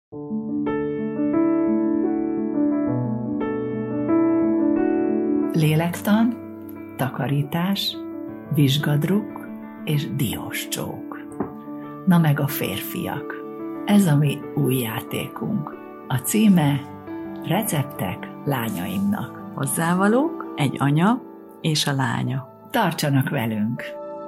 Lélektan, takarítás, vizsgadruk és dióscsók. Na meg a férfiak. Ez a mi új játékunk. A címe Receptek lányaimnak. Hozzávalók, egy anya és a lánya. Tartsanak velünk!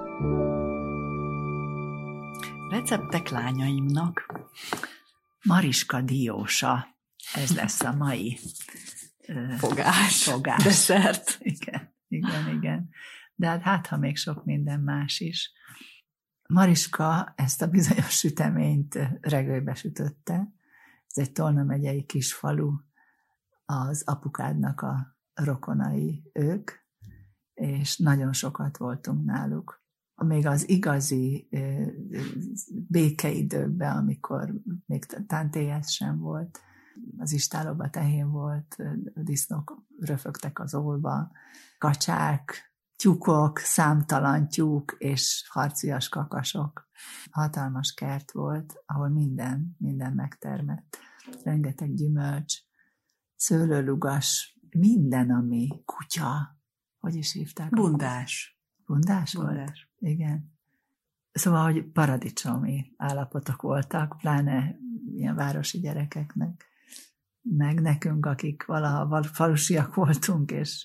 Receptek lányaimnak. Mariska diósa. Ez lesz a mai Fogás. Desszert. Igen. De hát ha még sok minden más is. Mariska ezt a bizonyos süteményt regőbe sütötte. Ez egy Tolna megyei kis falu, az apukádnak a rokonai ők, és nagyon sokat voltunk náluk. Még az igazi békeidőkben, amikor még tántélyes sem volt, az istálóba tehén volt, disznók röfögtek az ólba, kacsák, tyúkok, számtalan tyúk és harcias kakasok. Hatalmas kert volt, ahol minden megtermett. Rengeteg gyümölcs, szőlőlugas, minden, ami kutya. Hogy is hívták? Bundás. Bundás volt? Igen. Szóval, hogy paradicsomi állapotok voltak, pláne ilyen városi gyerekeknek, meg nekünk, akik valaha falusiak voltunk, és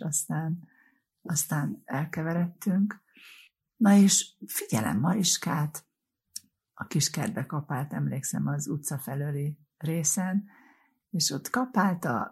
aztán elkeveredtünk. Na és figyelem Mariskát, a kiskertbe kapált, emlékszem, az utca felőli részen, és ott kapált a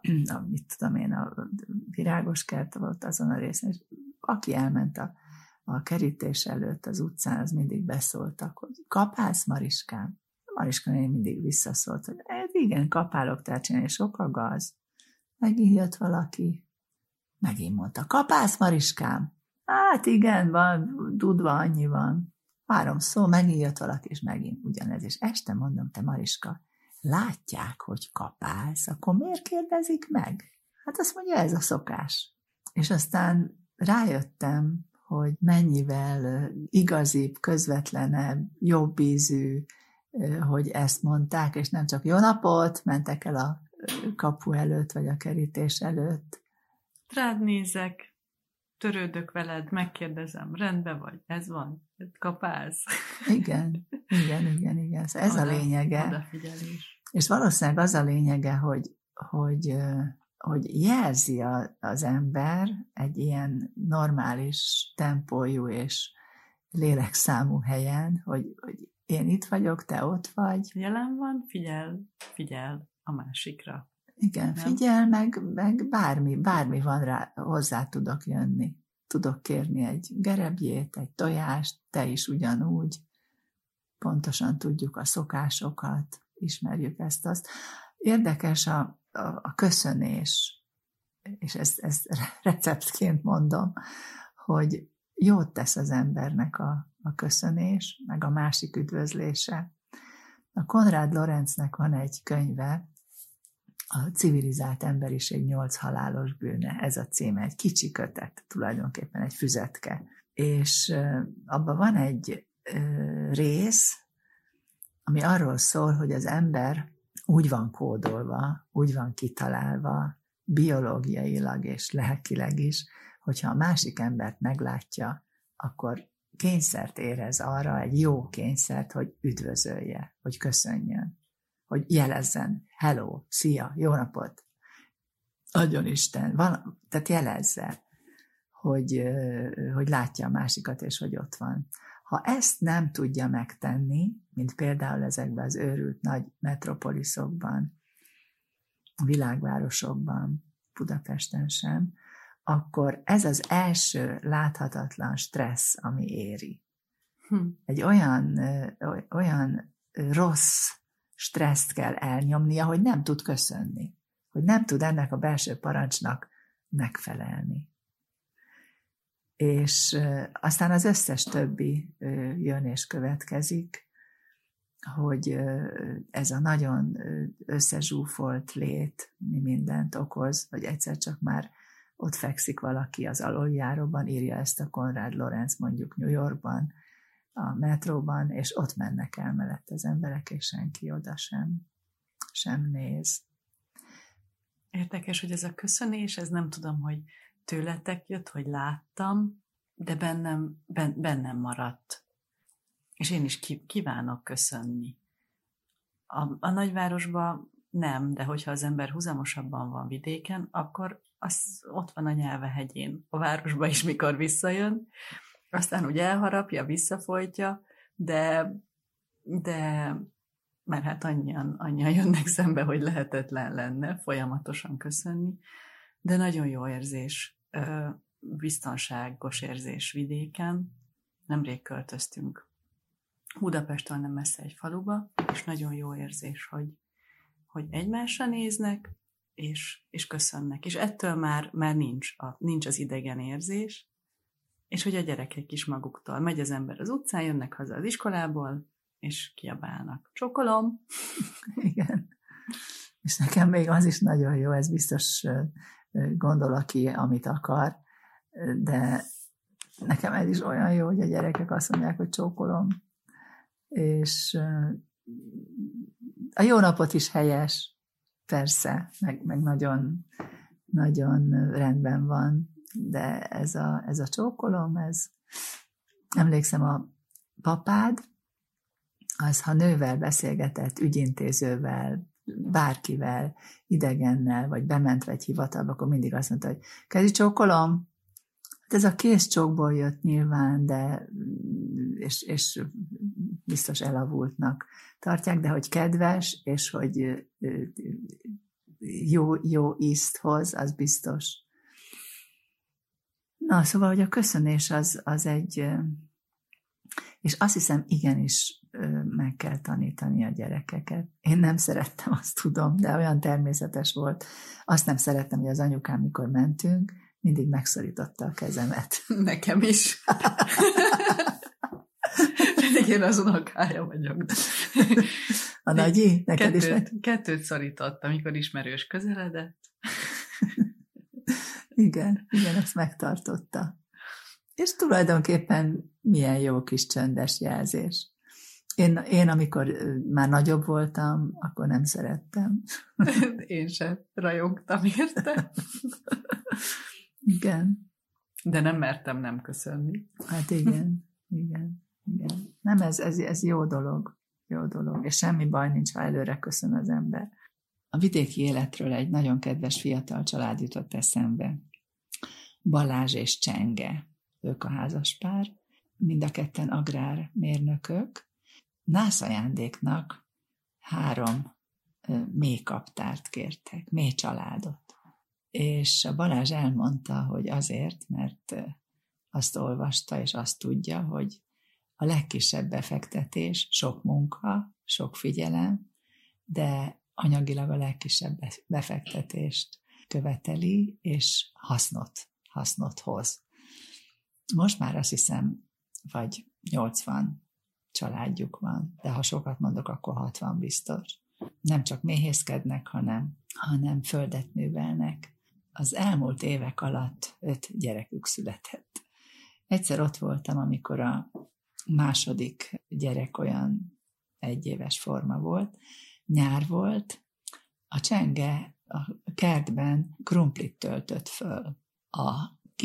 virágos kert volt azon a részen, és aki elment a kerítés előtt az utcán, az mindig beszóltak, hogy kapálsz, Mariskám? Mariska mindig visszaszólt, hogy igen, kapálok, tehát csinálni, sok a gaz. Megint jött valaki, megint mondta, kapálsz, Mariskám? Hát igen, van, tudva annyi van. 3 szó, megint jött valaki, és megint ugyanez. És este mondom, te Mariska, látják, hogy kapálsz, akkor miért kérdezik meg? Hát azt mondja, ez a szokás. És aztán rájöttem, hogy mennyivel igazibb, közvetlenebb, jobb ízű, hogy ezt mondták, és nem csak jó napot, mentek el a kapu előtt, vagy a kerítés előtt. Rád nézek, törődök veled, megkérdezem, rendben vagy, ez van, kapálsz. Igen. Ez a lényege. Odafigyelés. És valószínűleg az a lényege, hogy jelzi az ember egy ilyen normális tempójú és lélekszámú helyen, hogy én itt vagyok, te ott vagy. Jelen van, figyel a másikra. Igen, nem? Figyel, meg bármi van rá, hozzá tudok jönni. Tudok kérni egy gerebjét, egy tojást, te is ugyanúgy. Pontosan tudjuk a szokásokat, ismerjük ezt-azt. Érdekes a köszönés, és ezt receptként mondom, hogy jót tesz az embernek a köszönés, meg a másik üdvözlése. A Konrád Lorenznek van egy könyve, a Civilizált emberiség 8 halálos bűne, ez a címe, egy kicsi kötet, tulajdonképpen egy füzetke. És abban van egy rész, ami arról szól, hogy az ember úgy van kódolva, úgy van kitalálva, biológiailag és lelkileg is, hogyha a másik embert meglátja, akkor kényszert érez arra, egy jó kényszert, hogy üdvözölje, hogy köszönjön, hogy jelezzen, hello, szia, jó napot, adjon Isten, tehát jelezze, hogy látja a másikat, és hogy ott van. Ha ezt nem tudja megtenni, mint például ezekben az őrült nagy metropoliszokban, világvárosokban, Budapesten sem, akkor ez az első láthatatlan stressz, ami éri. Egy olyan rossz stresszt kell elnyomnia, hogy nem tud köszönni, hogy nem tud ennek a belső parancsnak megfelelni. És aztán az összes többi jön és következik, hogy ez a nagyon összezsúfolt lét mi mindent okoz, hogy egyszer csak már ott fekszik valaki az aluljáróban, írja ezt a Konrád Lorenz mondjuk New Yorkban, a metróban, és ott mennek el mellett az emberek, és senki oda sem. sem néz. Érdekes, hogy ez a köszönés, ez nem tudom, hogy tőletek jött, hogy láttam, de bennem maradt. És én is kívánok köszönni. A nagyvárosban nem, de hogyha az ember huzamosabban van vidéken, akkor az ott van a Nyelvehegyén. A városba is, mikor visszajön, aztán úgy elharapja, visszafolytja, de mert hát annyian jönnek szembe, hogy lehetetlen lenne folyamatosan köszönni, de nagyon jó érzés, biztonságos érzés vidéken. Nemrég költöztünk Budapesttől nem messze egy faluba, és nagyon jó érzés, hogy egymásra néznek, és köszönnek. És ettől már nincs az idegen érzés, és hogy a gyerekek is maguktól. Megy az ember az utcán, jönnek haza az iskolából, és kiabálnak. Csókolom! Igen. És nekem még az is nagyon jó, ez biztos gondol, aki amit akar, de nekem ez is olyan jó, hogy a gyerekek azt mondják, hogy csókolom, és a jó napot is helyes, persze, meg nagyon, nagyon rendben van, de ez a csókolom, emlékszem, a papád, az, ha nővel beszélgetett, ügyintézővel, bárkivel, idegennel, vagy bement egy hivatalba, akkor mindig azt mondta, hogy kezi csókolom. Hát ez a kézcsókból jött nyilván, de és biztos elavultnak tartják, de hogy kedves, és hogy jó ízt hoz, az biztos. Na, szóval, hogy a köszönés az egy, és azt hiszem, igenis meg kell tanítani a gyerekeket. Én nem szerettem, azt tudom, de olyan természetes volt. Azt nem szerettem, hogy az anyukám, mikor mentünk, mindig megszorította a kezemet. Nekem is. Pedig én az unokája vagyok. A nagyi? Neked is kettőt szorított, amikor ismerős közeledett. Igen, ezt megtartotta. És tulajdonképpen milyen jó kis csöndes jelzés. Én amikor már nagyobb voltam, akkor nem szerettem. Én sem rajongtam érte. Igen. De nem mertem nem köszönni. Hát igen. Nem, ez jó dolog. Jó dolog. És semmi baj nincs, ha előre köszön az ember. A vidéki életről egy nagyon kedves fiatal család jutott eszembe. Balázs és Csenge. Ők a házaspár. Mind a ketten agrármérnökök. Nászajándéknak 3 méhkaptárt kértek, méhcsaládot. És a Balázs elmondta, hogy azért, mert azt olvasta, és azt tudja, hogy a legkisebb befektetés, sok munka, sok figyelem, de anyagilag a legkisebb befektetést követeli, és hasznot hoz. Most már azt hiszem, vagy 80 családjuk van, de ha sokat mondok, akkor 60 biztos. Nem csak méhészkednek, hanem földet művelnek. Az elmúlt évek alatt 5 gyerekük született. Egyszer ott voltam, amikor a második gyerek olyan 1 éves forma volt, nyár volt, a Csenge a kertben krumplit töltött föl. A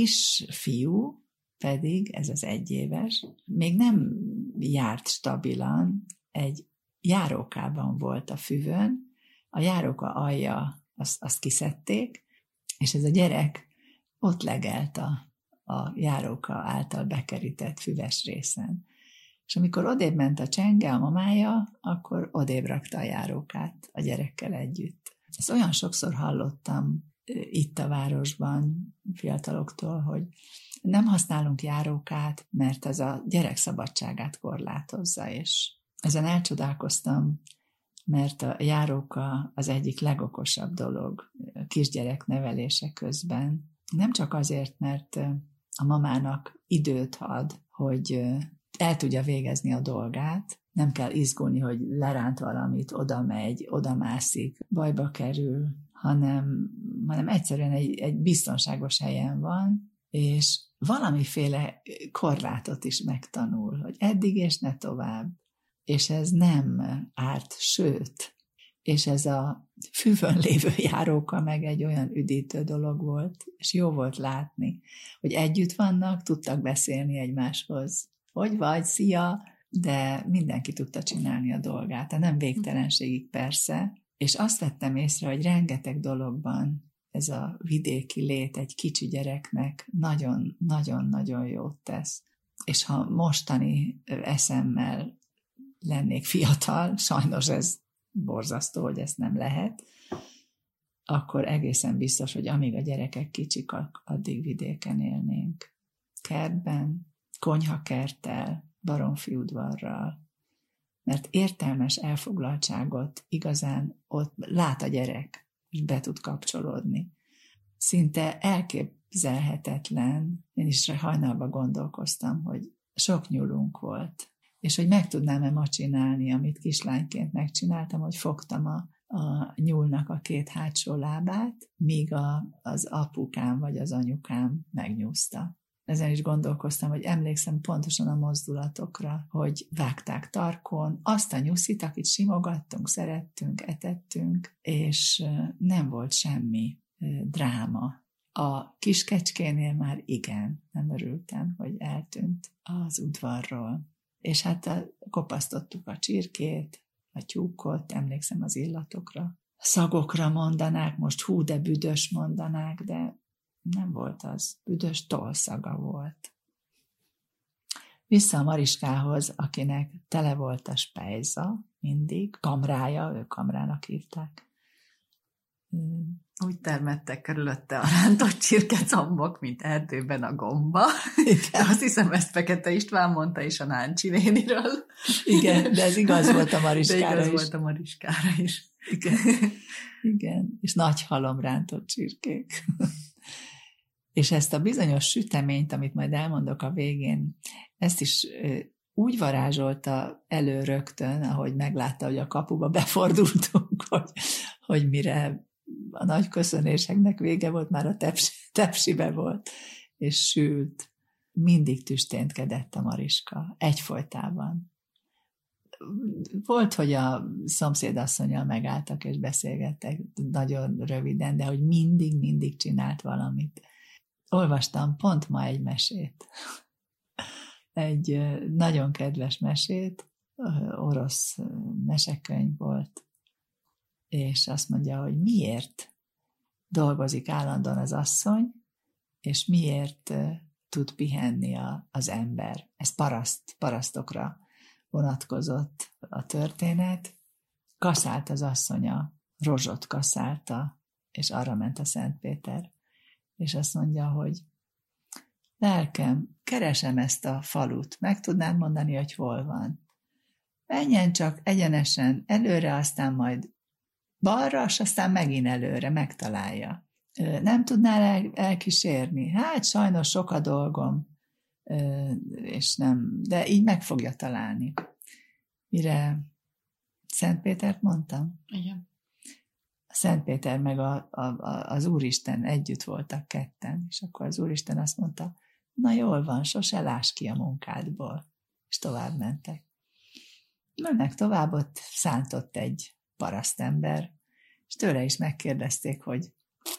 kisfiú pedig, ez az 1 éves, még nem járt stabilan, egy járókában volt a füvön, a járóka alja, azt kiszedték, és ez a gyerek ott legelt a járóka által bekerített füves részen. És amikor odébb ment a Csenge, a mamája, akkor odébb rakta a járókát a gyerekkel együtt. Ezt olyan sokszor hallottam itt a városban fiataloktól, hogy nem használunk járókát, mert ez a gyerek szabadságát korlátozza, és ezen elcsodálkoztam, mert a járóka az egyik legokosabb dolog a kisgyerek nevelése közben. Nem csak azért, mert a mamának időt ad, hogy el tudja végezni a dolgát, nem kell izgulni, hogy leránt valamit, oda megy, oda mászik, bajba kerül, hanem egyszerűen egy biztonságos helyen van, és valamiféle korlátot is megtanul, hogy eddig és ne tovább. És ez nem árt, sőt. És ez a füvön lévő járóka meg egy olyan üdítő dolog volt, és jó volt látni, hogy együtt vannak, tudtak beszélni egymáshoz. Hogy vagy, szia, de mindenki tudta csinálni a dolgát, de nem végtelenségig persze. És azt vettem észre, hogy rengeteg dologban ez a vidéki lét egy kicsi gyereknek nagyon-nagyon-nagyon jót tesz. És ha mostani eszemmel lennék fiatal, sajnos ez borzasztó, hogy ezt nem lehet, akkor egészen biztos, hogy amíg a gyerekek kicsik, addig vidéken élnénk. Kertben, konyhakerttel, baromfiudvarral, mert értelmes elfoglaltságot igazán ott lát a gyerek, és be tud kapcsolódni. Szinte elképzelhetetlen, én is hajnalban gondolkoztam, hogy sok nyulunk volt, és hogy meg tudnám-e ma csinálni, amit kislányként megcsináltam, hogy fogtam a nyúlnak a két hátsó lábát, míg az apukám vagy az anyukám megnyúzta. Ezen is gondolkoztam, hogy emlékszem pontosan a mozdulatokra, hogy vágták tarkon, azt a nyuszit, akit simogattunk, szerettünk, etettünk, és nem volt semmi dráma. A kiskecskénél már igen, nem örültem, hogy eltűnt az udvarról. És hát kopasztottuk a csirkét, a tyúkot, emlékszem az illatokra. Szagokra mondanák, most hú, de büdös mondanák, de nem volt az. Büdös tollszaga volt. Vissza a Mariskához, akinek tele volt a spejza, mindig, kamrája, ők kamrának hívták. Úgy termettek körülötte a rántott csirkecambok, mint erdőben a gomba. Igen. Azt hiszem, ezt Fekete István mondta is a Náncsi néniről. Igen, de ez igaz volt a Mariskára de igaz is. volt a Mariskára is. Igen. Igen, és nagy halom rántott csirkék. És ezt a bizonyos süteményt, amit majd elmondok a végén, ezt is úgy varázsolta elő rögtön, ahogy meglátta, hogy a kapuba befordultunk, hogy mire a nagy köszönéseknek vége volt, már a tepsibe volt, és sült. Mindig tüsténtkedett a Mariska, egyfolytában. Volt, hogy a szomszédasszonnyal megálltak és beszélgettek nagyon röviden, de hogy mindig csinált valamit. Olvastam pont ma egy mesét. Egy nagyon kedves mesét, orosz mesekönyv volt, és azt mondja, hogy miért dolgozik állandóan az asszony, és miért tud pihenni az ember. Ez parasztokra vonatkozott a történet. Kaszált az asszonya, rozsot kaszálta, és arra ment a Szentpéter. És azt mondja, hogy lelkem, keresem ezt a falut, meg tudnád mondani, hogy hol van? Menjen csak egyenesen előre, aztán majd balra, és aztán megint előre, megtalálja. Nem tudnál elkísérni? Hát sajnos sok a dolgom, és nem, de így meg fogja találni. Mire Szentpétert mondtam? Igen. A Szentpéter meg az Úristen együtt voltak ketten, és akkor az Úristen azt mondta, na jól van, sose láss ki a munkádból. És tovább mentek. Mennek tovább, ott szántott egy parasztember, és tőle is megkérdezték, hogy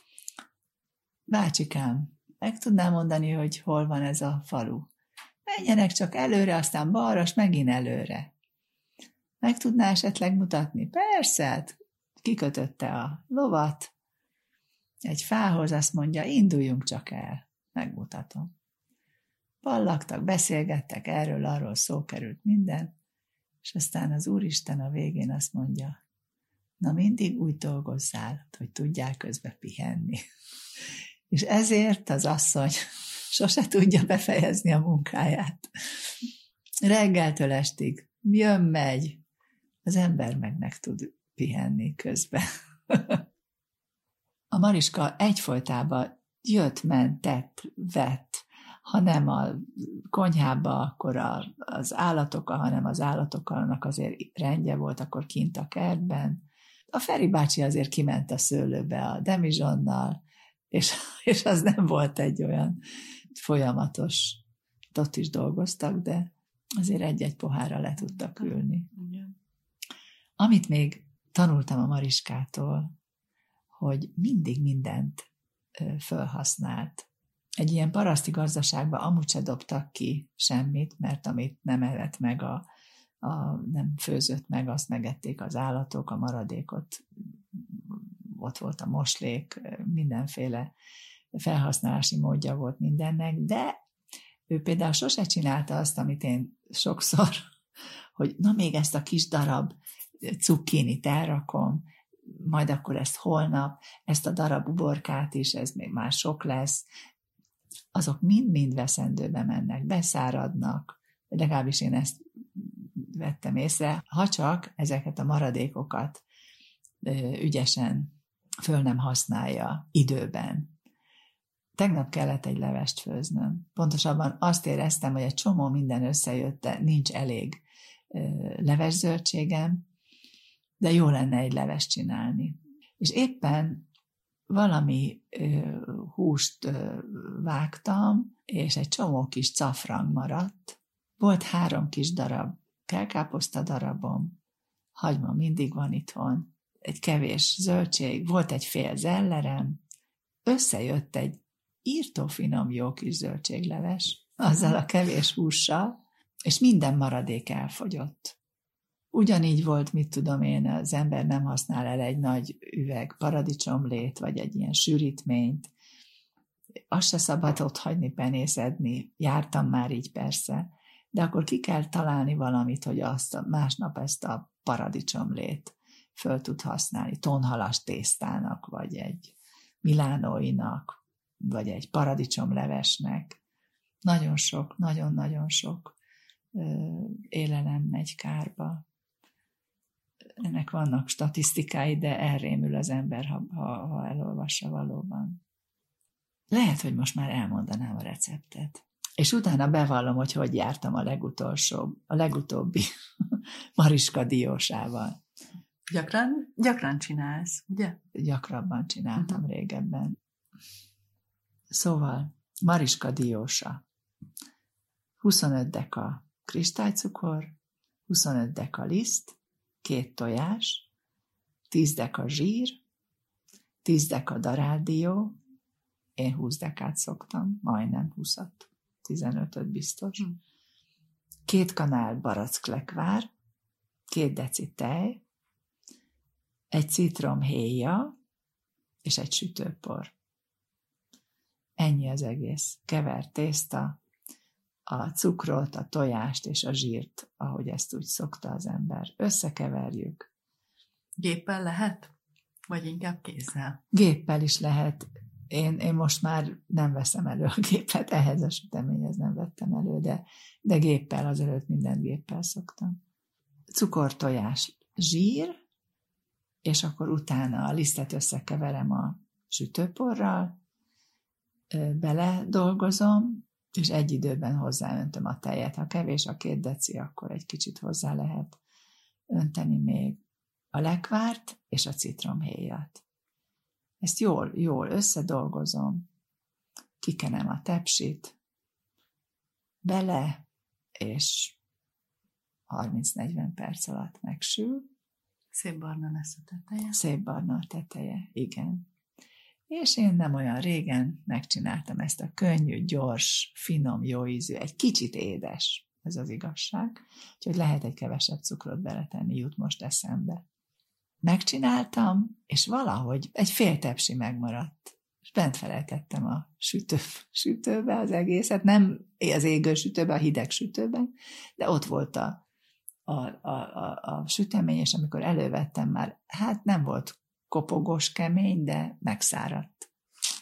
bácsikám, meg tudnám mondani, hogy hol van ez a falu? Menjenek csak előre, aztán balra, és megint előre. Meg tudná esetleg mutatni? Persze, hát kikötötte a lovat egy fához, azt mondja, induljunk csak el, megmutatom. Pallagtak, beszélgettek, arról szó került minden, és aztán az Úristen a végén azt mondja, na mindig úgy dolgozzál, hogy tudjál közbe pihenni. És ezért az asszony sose tudja befejezni a munkáját. Reggeltől estig jön, megy, az ember meg tud pihenni közben. A Mariska egyfolytában jött, ment, tett, vett, ha nem a konyhába, akkor az állatokkal, hanem az állatokalnak azért rendje volt, akkor kint a kertben. A Feri bácsi azért kiment a szőlőbe a demizsonnal, és az nem volt egy olyan folyamatos, ott is dolgoztak, de azért egy-egy pohárra le tudtak ülni. Igen. Amit még tanultam a Mariskától, hogy mindig mindent felhasznált. Egy ilyen paraszti gazdaságban amúgy se dobtak ki semmit, mert amit nem evett meg, nem főzött meg, azt megették az állatok, a maradékot, ott volt a moslék, mindenféle felhasználási módja volt mindennek, de ő például sose csinálta azt, amit én sokszor, hogy na még ezt a kis darab cukkinit elrakom, majd akkor ezt holnap, ezt a darab uborkát is, ez még már sok lesz, azok mind-mind veszendőbe mennek, beszáradnak, legalábbis én ezt vettem észre, ha csak ezeket a maradékokat ügyesen föl nem használja időben. Tegnap kellett egy levest főznöm. Pontosabban azt éreztem, hogy egy csomó minden összejött, de nincs elég leveszzöldségem, de jó lenne egy levest csinálni. És éppen valami húst vágtam, és egy csomó kis cafrang maradt. Volt 3 kis darab kelkáposzta darabom, hagyma mindig van itthon, egy kevés zöldség, volt egy fél zellerem, összejött egy írtó finom jó kis zöldségleves, azzal a kevés hússal, és minden maradék elfogyott. Ugyanígy volt, mit tudom én, az ember nem használ el egy nagy üveg paradicsomlét, vagy egy ilyen sűrítményt. Azt se szabad ott hagyni penészedni, jártam már így persze, de akkor ki kell találni valamit, hogy másnap ezt a paradicsomlét föl tud használni, tonhalas tésztának, vagy egy milánóinak, vagy egy paradicsomlevesnek. Nagyon sok, nagyon-nagyon sok élelem megy kárba. Ennek vannak statisztikái, de elrémül az ember, ha elolvassa valóban. Lehet, hogy most már elmondanám a receptet. És utána bevallom, hogy jártam a legutóbbi Mariska diósával. Gyakran csinálsz, ugye? Gyakrabban csináltam régebben. Szóval, Mariska diósa. 25 deka kristálycukor, 25 deka liszt, 2 tojás, 10 deka zsír, 10 deka daráldió, én 20 dekát szoktam, majdnem 20-at, 15-öt biztos. 2 kanál baracklekvár, 2 deci tej, egy citrom héja és egy sütőpor. Ennyi az egész. Kevert tészta, a cukrot, a tojást és a zsírt, ahogy ezt úgy szokta az ember. Összekeverjük. Géppel lehet? Vagy inkább kézzel? Géppel is lehet. Én most már nem veszem elő a gépet, ehhez a süteményhez nem vettem elő, de géppel, azelőtt minden géppel szoktam. Cukor, tojás, zsír, és akkor utána a lisztet összekeverem a sütőporral, bele dolgozom, és egy időben hozzáöntöm a tejet. Ha kevés a 2 deci, akkor egy kicsit hozzá lehet önteni még a lekvárt és a citromhéjat. Ezt jól összedolgozom, kikenem a tepsit, bele, és 30-40 perc alatt megsül. Szép barna lesz a teteje. Szép barna a teteje, igen. És én nem olyan régen megcsináltam ezt a könnyű, gyors, finom, jó ízű, egy kicsit édes, ez az igazság, úgyhogy lehet egy kevesebb cukrot beletenni, jut most eszembe. Megcsináltam, és valahogy egy fél tepsi megmaradt, és bent felejtettem a sütőbe az egészet, nem az égő sütőbe, a hideg sütőben, de ott volt a sütemény, és amikor elővettem már, hát nem volt kopogós, kemény, de megszáradt.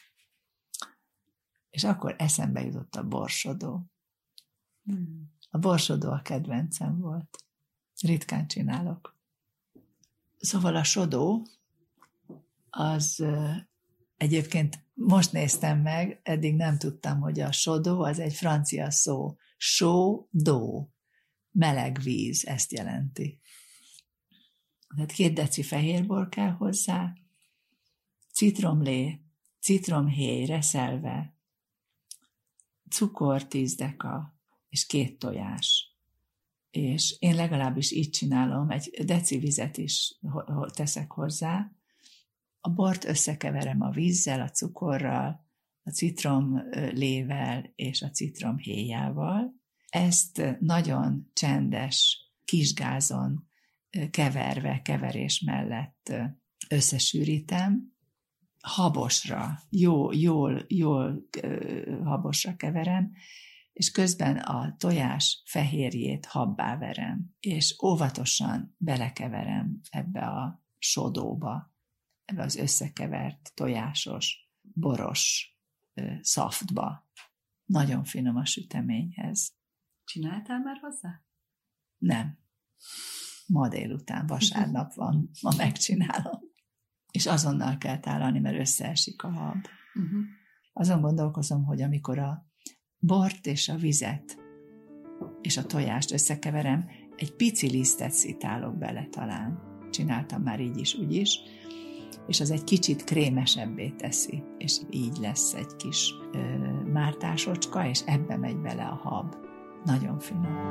És akkor eszembe jutott a borsodó. A borsodó a kedvencem volt. Ritkán csinálok. Szóval a sodó, az egyébként most néztem meg, eddig nem tudtam, hogy a sodó az egy francia szó. Chaud-d'eau. Meleg víz, ezt jelenti. Tehát 2 deci fehérbor kell hozzá, citromlé, citromhéj reszelve, cukor 10 deka, és 2 tojás. és én legalábbis így csinálom, egy deci vizet is teszek hozzá, a bort összekeverem a vízzel, a cukorral, a citromlével és a citromhéjával. Ezt nagyon csendes, kisgázon keverve, keverés mellett összesűrítem, habosra, jól habosra keverem, és közben a tojás fehérjét habbá verem, és óvatosan belekeverem ebbe a sodóba, ebbe az összekevert tojásos, boros szaftba. Nagyon finom a süteményhez. Csináltál már hozzá? Nem. Ma délután, vasárnap van, ma megcsinálom. És azonnal kell tálalni, mert összeesik a hab. Azon gondolkozom, hogy amikor a bort és a vizet és a tojást összekeverem, egy pici lisztet szitálok bele talán. Csináltam már így is, úgy is, és az egy kicsit krémesebbé teszi, és így lesz egy kis mártásocska, és ebbe megy bele a hab. Nagyon finom.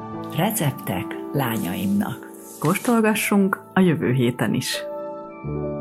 Receptek lányaimnak. Kóstolgassunk a jövő héten is.